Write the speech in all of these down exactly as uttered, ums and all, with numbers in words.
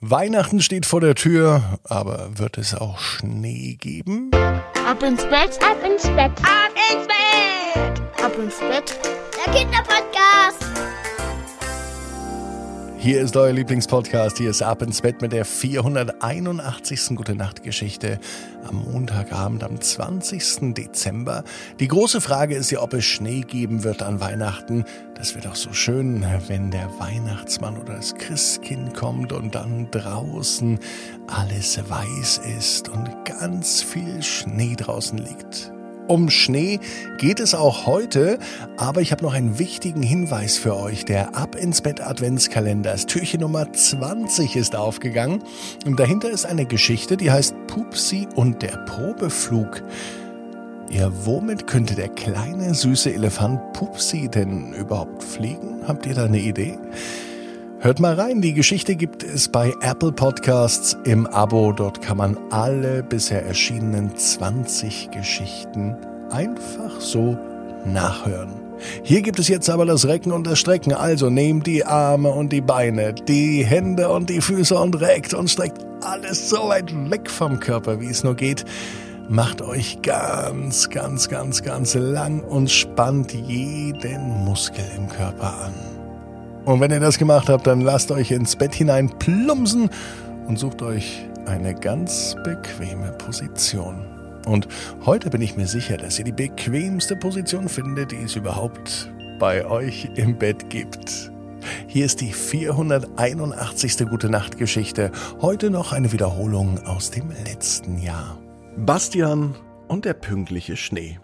Weihnachten steht vor der Tür, aber wird es auch Schnee geben? Ab ins Bett, ab ins Bett, ab ins Bett, ab ins Bett, der Kinderpodcast. Hier ist euer Lieblingspodcast, hier ist Ab ins Bett mit der vierhunderteinundachtzigsten Gute-Nacht-Geschichte am Montagabend, am zwanzigsten Dezember. Die große Frage ist ja, ob es Schnee geben wird an Weihnachten. Das wird auch so schön, wenn der Weihnachtsmann oder das Christkind kommt und dann draußen alles weiß ist und ganz viel Schnee draußen liegt. Um Schnee geht es auch heute, aber ich habe noch einen wichtigen Hinweis für euch. Der Ab ins Bett Adventskalender, das Türchen Nummer zwanzig ist aufgegangen und dahinter ist eine Geschichte, die heißt Pupsi und der Probeflug. Ja, womit könnte der kleine süße Elefant Pupsi denn überhaupt fliegen? Habt ihr da eine Idee? Hört mal rein, die Geschichte gibt es bei Apple Podcasts im Abo. Dort kann man alle bisher erschienenen zwanzig Geschichten einfach so nachhören. Hier gibt es jetzt aber das Recken und das Strecken. Also nehmt die Arme und die Beine, die Hände und die Füße und reckt und streckt alles so weit weg vom Körper, wie es nur geht. Macht euch ganz, ganz, ganz, ganz lang und spannt jeden Muskel im Körper an. Und wenn ihr das gemacht habt, dann lasst euch ins Bett hinein plumpsen und sucht euch eine ganz bequeme Position. Und heute bin ich mir sicher, dass ihr die bequemste Position findet, die es überhaupt bei euch im Bett gibt. Hier ist die vierhunderteinundachtzigste Gute-Nacht-Geschichte. Heute noch eine Wiederholung aus dem letzten Jahr. Bastian und der pünktliche Schnee.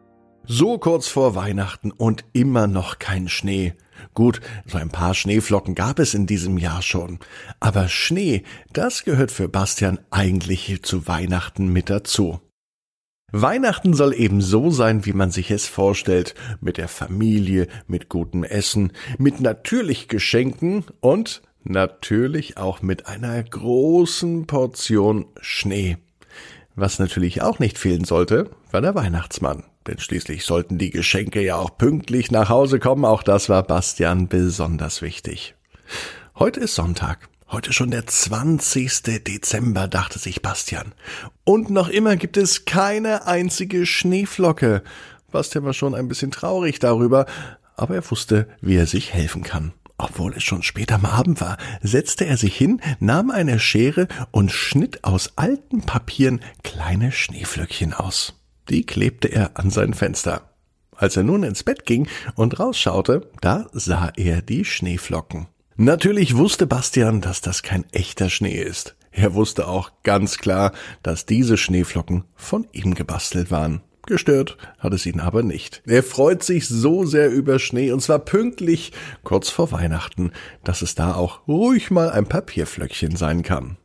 So kurz vor Weihnachten und immer noch kein Schnee. Gut, so ein paar Schneeflocken gab es in diesem Jahr schon. Aber Schnee, das gehört für Bastian eigentlich zu Weihnachten mit dazu. Weihnachten soll eben so sein, wie man sich es vorstellt. Mit der Familie, mit gutem Essen, mit natürlich Geschenken und natürlich auch mit einer großen Portion Schnee. Was natürlich auch nicht fehlen sollte, war der Weihnachtsmann. Denn schließlich sollten die Geschenke ja auch pünktlich nach Hause kommen. Auch das war Bastian besonders wichtig. Heute ist Sonntag. Heute schon der zwanzigste Dezember, dachte sich Bastian. Und noch immer gibt es keine einzige Schneeflocke. Bastian war schon ein bisschen traurig darüber, aber er wusste, wie er sich helfen kann. Obwohl es schon spät am Abend war, setzte er sich hin, nahm eine Schere und schnitt aus alten Papieren kleine Schneeflöckchen aus. Die klebte er an sein Fenster. Als er nun ins Bett ging und rausschaute, da sah er die Schneeflocken. Natürlich wusste Bastian, dass das kein echter Schnee ist. Er wusste auch ganz klar, dass diese Schneeflocken von ihm gebastelt waren. Gestört hat es ihn aber nicht. Er freut sich so sehr über Schnee, und zwar pünktlich kurz vor Weihnachten, dass es da auch ruhig mal ein Papierflöckchen sein kann.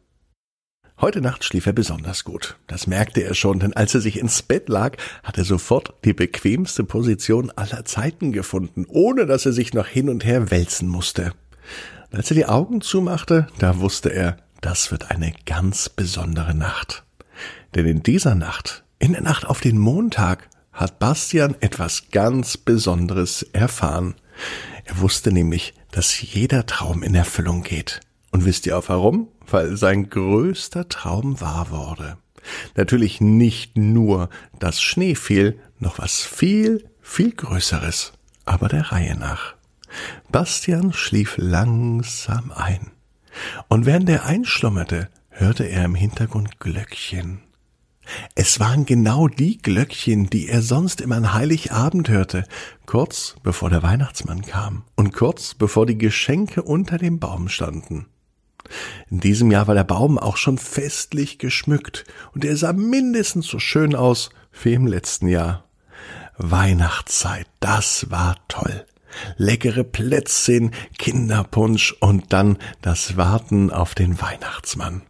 Heute Nacht schlief er besonders gut. Das merkte er schon, denn als er sich ins Bett lag, hat er sofort die bequemste Position aller Zeiten gefunden, ohne dass er sich noch hin und her wälzen musste. Und als er die Augen zumachte, da wusste er, das wird eine ganz besondere Nacht. Denn in dieser Nacht, in der Nacht auf den Montag, hat Bastian etwas ganz Besonderes erfahren. Er wusste nämlich, dass jeder Traum in Erfüllung geht. Und wisst ihr auch warum? Weil sein größter Traum wahr wurde. Natürlich nicht nur, dass Schnee fiel, noch was viel, viel Größeres, aber der Reihe nach. Bastian schlief langsam ein. Und während er einschlummerte, hörte er im Hintergrund Glöckchen. Es waren genau die Glöckchen, die er sonst immer an Heiligabend hörte, kurz bevor der Weihnachtsmann kam und kurz bevor die Geschenke unter dem Baum standen. In diesem Jahr war der Baum auch schon festlich geschmückt und er sah mindestens so schön aus wie im letzten Jahr. Weihnachtszeit, das war toll. Leckere Plätzchen, Kinderpunsch und dann das Warten auf den Weihnachtsmann.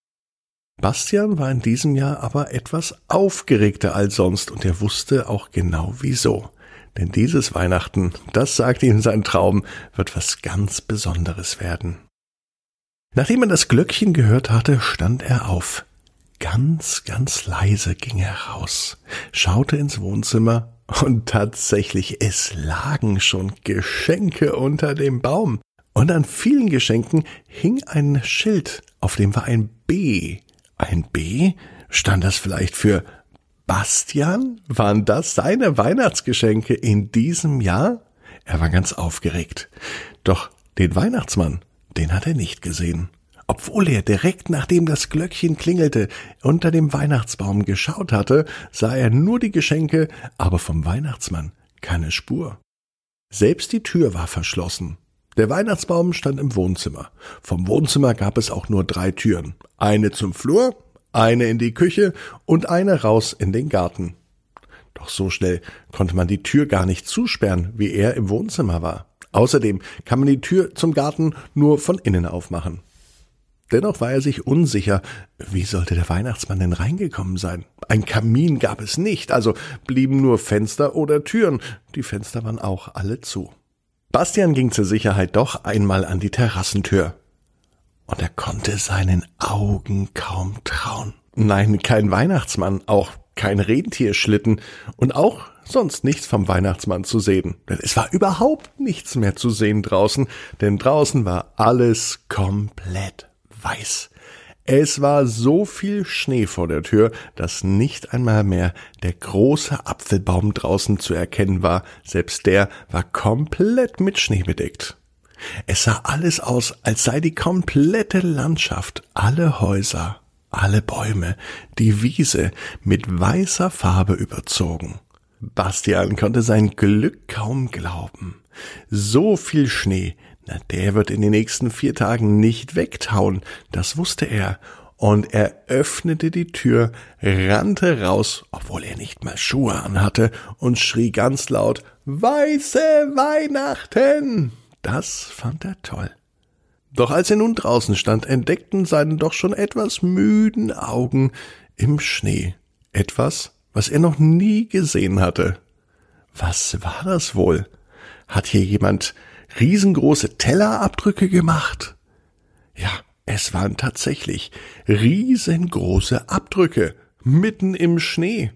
Bastian war in diesem Jahr aber etwas aufgeregter als sonst und er wusste auch genau wieso. Denn dieses Weihnachten, das sagte ihm sein Traum, wird was ganz Besonderes werden. Nachdem er das Glöckchen gehört hatte, stand er auf. Ganz, ganz leise ging er raus, schaute ins Wohnzimmer und tatsächlich, es lagen schon Geschenke unter dem Baum. Und an vielen Geschenken hing ein Schild, auf dem war ein B. Ein B? Stand das vielleicht für Bastian? Waren das seine Weihnachtsgeschenke in diesem Jahr? Er war ganz aufgeregt. Doch den Weihnachtsmann, den hat er nicht gesehen. Obwohl er direkt nachdem das Glöckchen klingelte unter dem Weihnachtsbaum geschaut hatte, sah er nur die Geschenke, aber vom Weihnachtsmann keine Spur. Selbst die Tür war verschlossen. Der Weihnachtsbaum stand im Wohnzimmer. Vom Wohnzimmer gab es auch nur drei Türen. Eine zum Flur, eine in die Küche und eine raus in den Garten. Doch so schnell konnte man die Tür gar nicht zusperren, wie er im Wohnzimmer war. Außerdem kann man die Tür zum Garten nur von innen aufmachen. Dennoch war er sich unsicher, wie sollte der Weihnachtsmann denn reingekommen sein? Ein Kamin gab es nicht, also blieben nur Fenster oder Türen. Die Fenster waren auch alle zu. Bastian ging zur Sicherheit doch einmal an die Terrassentür. Und er konnte seinen Augen kaum trauen. Nein, kein Weihnachtsmann, auch kein Rentierschlitten und auch sonst nichts vom Weihnachtsmann zu sehen. Denn es war überhaupt nichts mehr zu sehen draußen, denn draußen war alles komplett weiß. Es war so viel Schnee vor der Tür, dass nicht einmal mehr der große Apfelbaum draußen zu erkennen war. Selbst der war komplett mit Schnee bedeckt. Es sah alles aus, als sei die komplette Landschaft, alle Häuser, alle Bäume, die Wiese mit weißer Farbe überzogen. Bastian konnte sein Glück kaum glauben. So viel Schnee, na, der wird in den nächsten vier Tagen nicht wegtauen, das wusste er. Und er öffnete die Tür, rannte raus, obwohl er nicht mal Schuhe anhatte, und schrie ganz laut, »Weiße Weihnachten!« Das fand er toll. Doch als er nun draußen stand, entdeckten seine doch schon etwas müden Augen im Schnee etwas, was er noch nie gesehen hatte. Was war das wohl? Hat hier jemand riesengroße Tellerabdrücke gemacht? Ja, es waren tatsächlich riesengroße Abdrücke mitten im Schnee.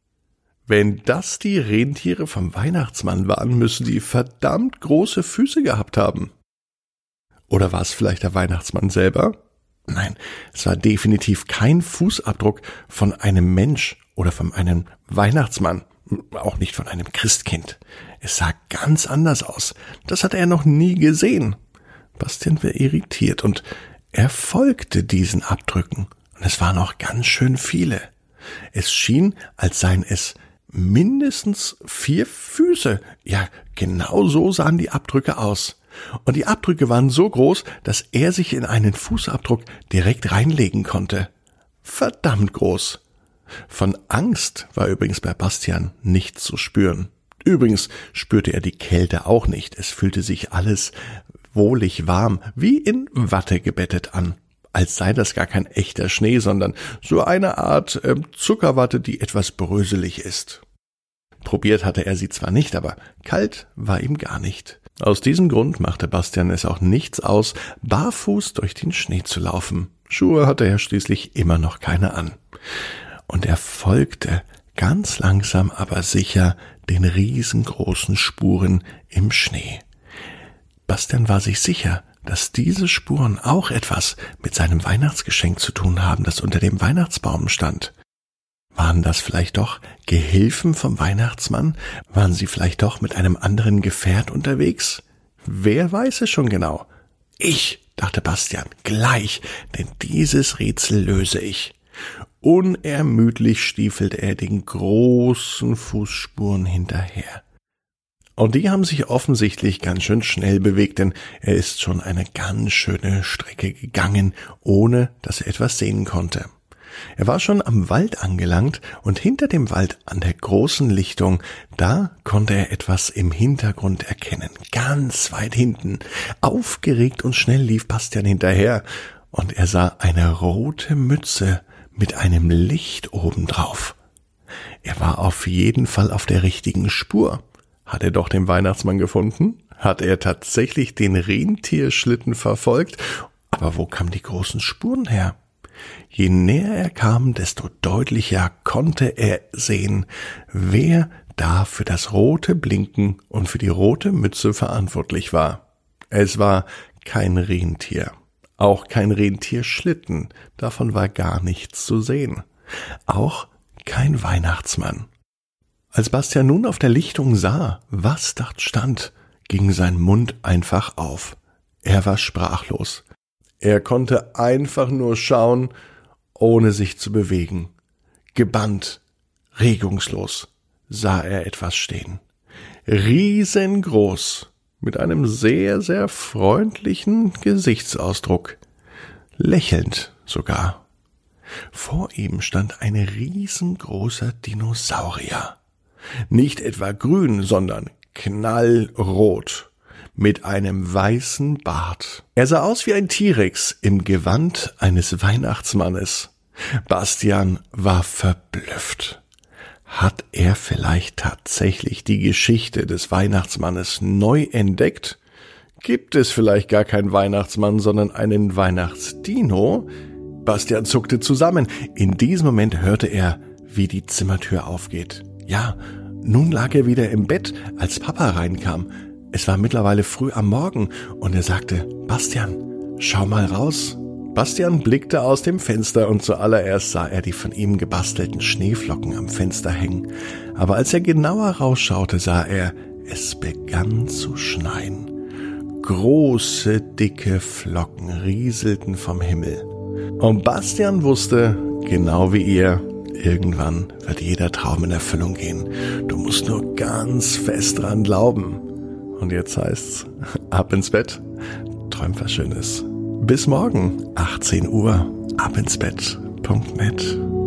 Wenn das die Rentiere vom Weihnachtsmann waren, müssen die verdammt große Füße gehabt haben. Oder war es vielleicht der Weihnachtsmann selber? Nein, es war definitiv kein Fußabdruck von einem Mensch oder von einem Weihnachtsmann, auch nicht von einem Christkind. Es sah ganz anders aus. Das hatte er noch nie gesehen. Bastian war irritiert und er folgte diesen Abdrücken. Und es waren auch ganz schön viele. Es schien, als seien es mindestens vier Füße. Ja, genau so sahen die Abdrücke aus. Und die Abdrücke waren so groß, dass er sich in einen Fußabdruck direkt reinlegen konnte. Verdammt groß. Von Angst war übrigens bei Bastian nichts zu spüren. Übrigens spürte er die Kälte auch nicht. Es fühlte sich alles wohlig warm, wie in Watte gebettet an. Als sei das gar kein echter Schnee, sondern so eine Art äh, Zuckerwatte, die etwas bröselig ist. Probiert hatte er sie zwar nicht, aber kalt war ihm gar nicht. Aus diesem Grund machte Bastian es auch nichts aus, barfuß durch den Schnee zu laufen. Schuhe hatte er schließlich immer noch keine an. Und er folgte ganz langsam aber sicher den riesengroßen Spuren im Schnee. Bastian war sich sicher, dass diese Spuren auch etwas mit seinem Weihnachtsgeschenk zu tun haben, das unter dem Weihnachtsbaum stand. Waren das vielleicht doch Gehilfen vom Weihnachtsmann? Waren sie vielleicht doch mit einem anderen Gefährt unterwegs? Wer weiß es schon genau? Ich, dachte Bastian, gleich, denn dieses Rätsel löse ich. Unermüdlich stiefelte er den großen Fußspuren hinterher. Und die haben sich offensichtlich ganz schön schnell bewegt, denn er ist schon eine ganz schöne Strecke gegangen, ohne dass er etwas sehen konnte. Er war schon am Wald angelangt und hinter dem Wald an der großen Lichtung, da konnte er etwas im Hintergrund erkennen, ganz weit hinten. Aufgeregt und schnell lief Bastian hinterher und er sah eine rote Mütze mit einem Licht obendrauf. Er war auf jeden Fall auf der richtigen Spur. Hat er doch den Weihnachtsmann gefunden? Hat er tatsächlich den Rentierschlitten verfolgt? Aber wo kamen die großen Spuren her? Je näher er kam, desto deutlicher konnte er sehen, wer da für das rote Blinken und für die rote Mütze verantwortlich war. Es war kein Rentier. Auch kein Rentierschlitten, davon war gar nichts zu sehen. Auch kein Weihnachtsmann. Als Bastian nun auf der Lichtung sah, was dort stand, ging sein Mund einfach auf. Er war sprachlos. Er konnte einfach nur schauen, ohne sich zu bewegen. Gebannt, regungslos, sah er etwas stehen. Riesengroß, mit einem sehr, sehr freundlichen Gesichtsausdruck. Lächelnd sogar. Vor ihm stand ein riesengroßer Dinosaurier. Nicht etwa grün, sondern knallrot, mit einem weißen Bart. Er sah aus wie ein T-Rex im Gewand eines Weihnachtsmannes. Bastian war verblüfft. Hat er vielleicht tatsächlich die Geschichte des Weihnachtsmannes neu entdeckt? Gibt es vielleicht gar keinen Weihnachtsmann, sondern einen Weihnachtsdino? Bastian zuckte zusammen. In diesem Moment hörte er, wie die Zimmertür aufgeht. Ja, nun lag er wieder im Bett, als Papa reinkam. Es war mittlerweile früh am Morgen und er sagte, Bastian, schau mal raus. Bastian blickte aus dem Fenster und zuallererst sah er die von ihm gebastelten Schneeflocken am Fenster hängen. Aber als er genauer rausschaute, sah er, es begann zu schneien. Große, dicke Flocken rieselten vom Himmel. Und Bastian wusste, genau wie ihr, irgendwann wird jeder Traum in Erfüllung gehen. Du musst nur ganz fest dran glauben. Und jetzt heißt's, ab ins Bett, träum was Schönes. Bis morgen, achtzehn Uhr, abinsbett punkt net.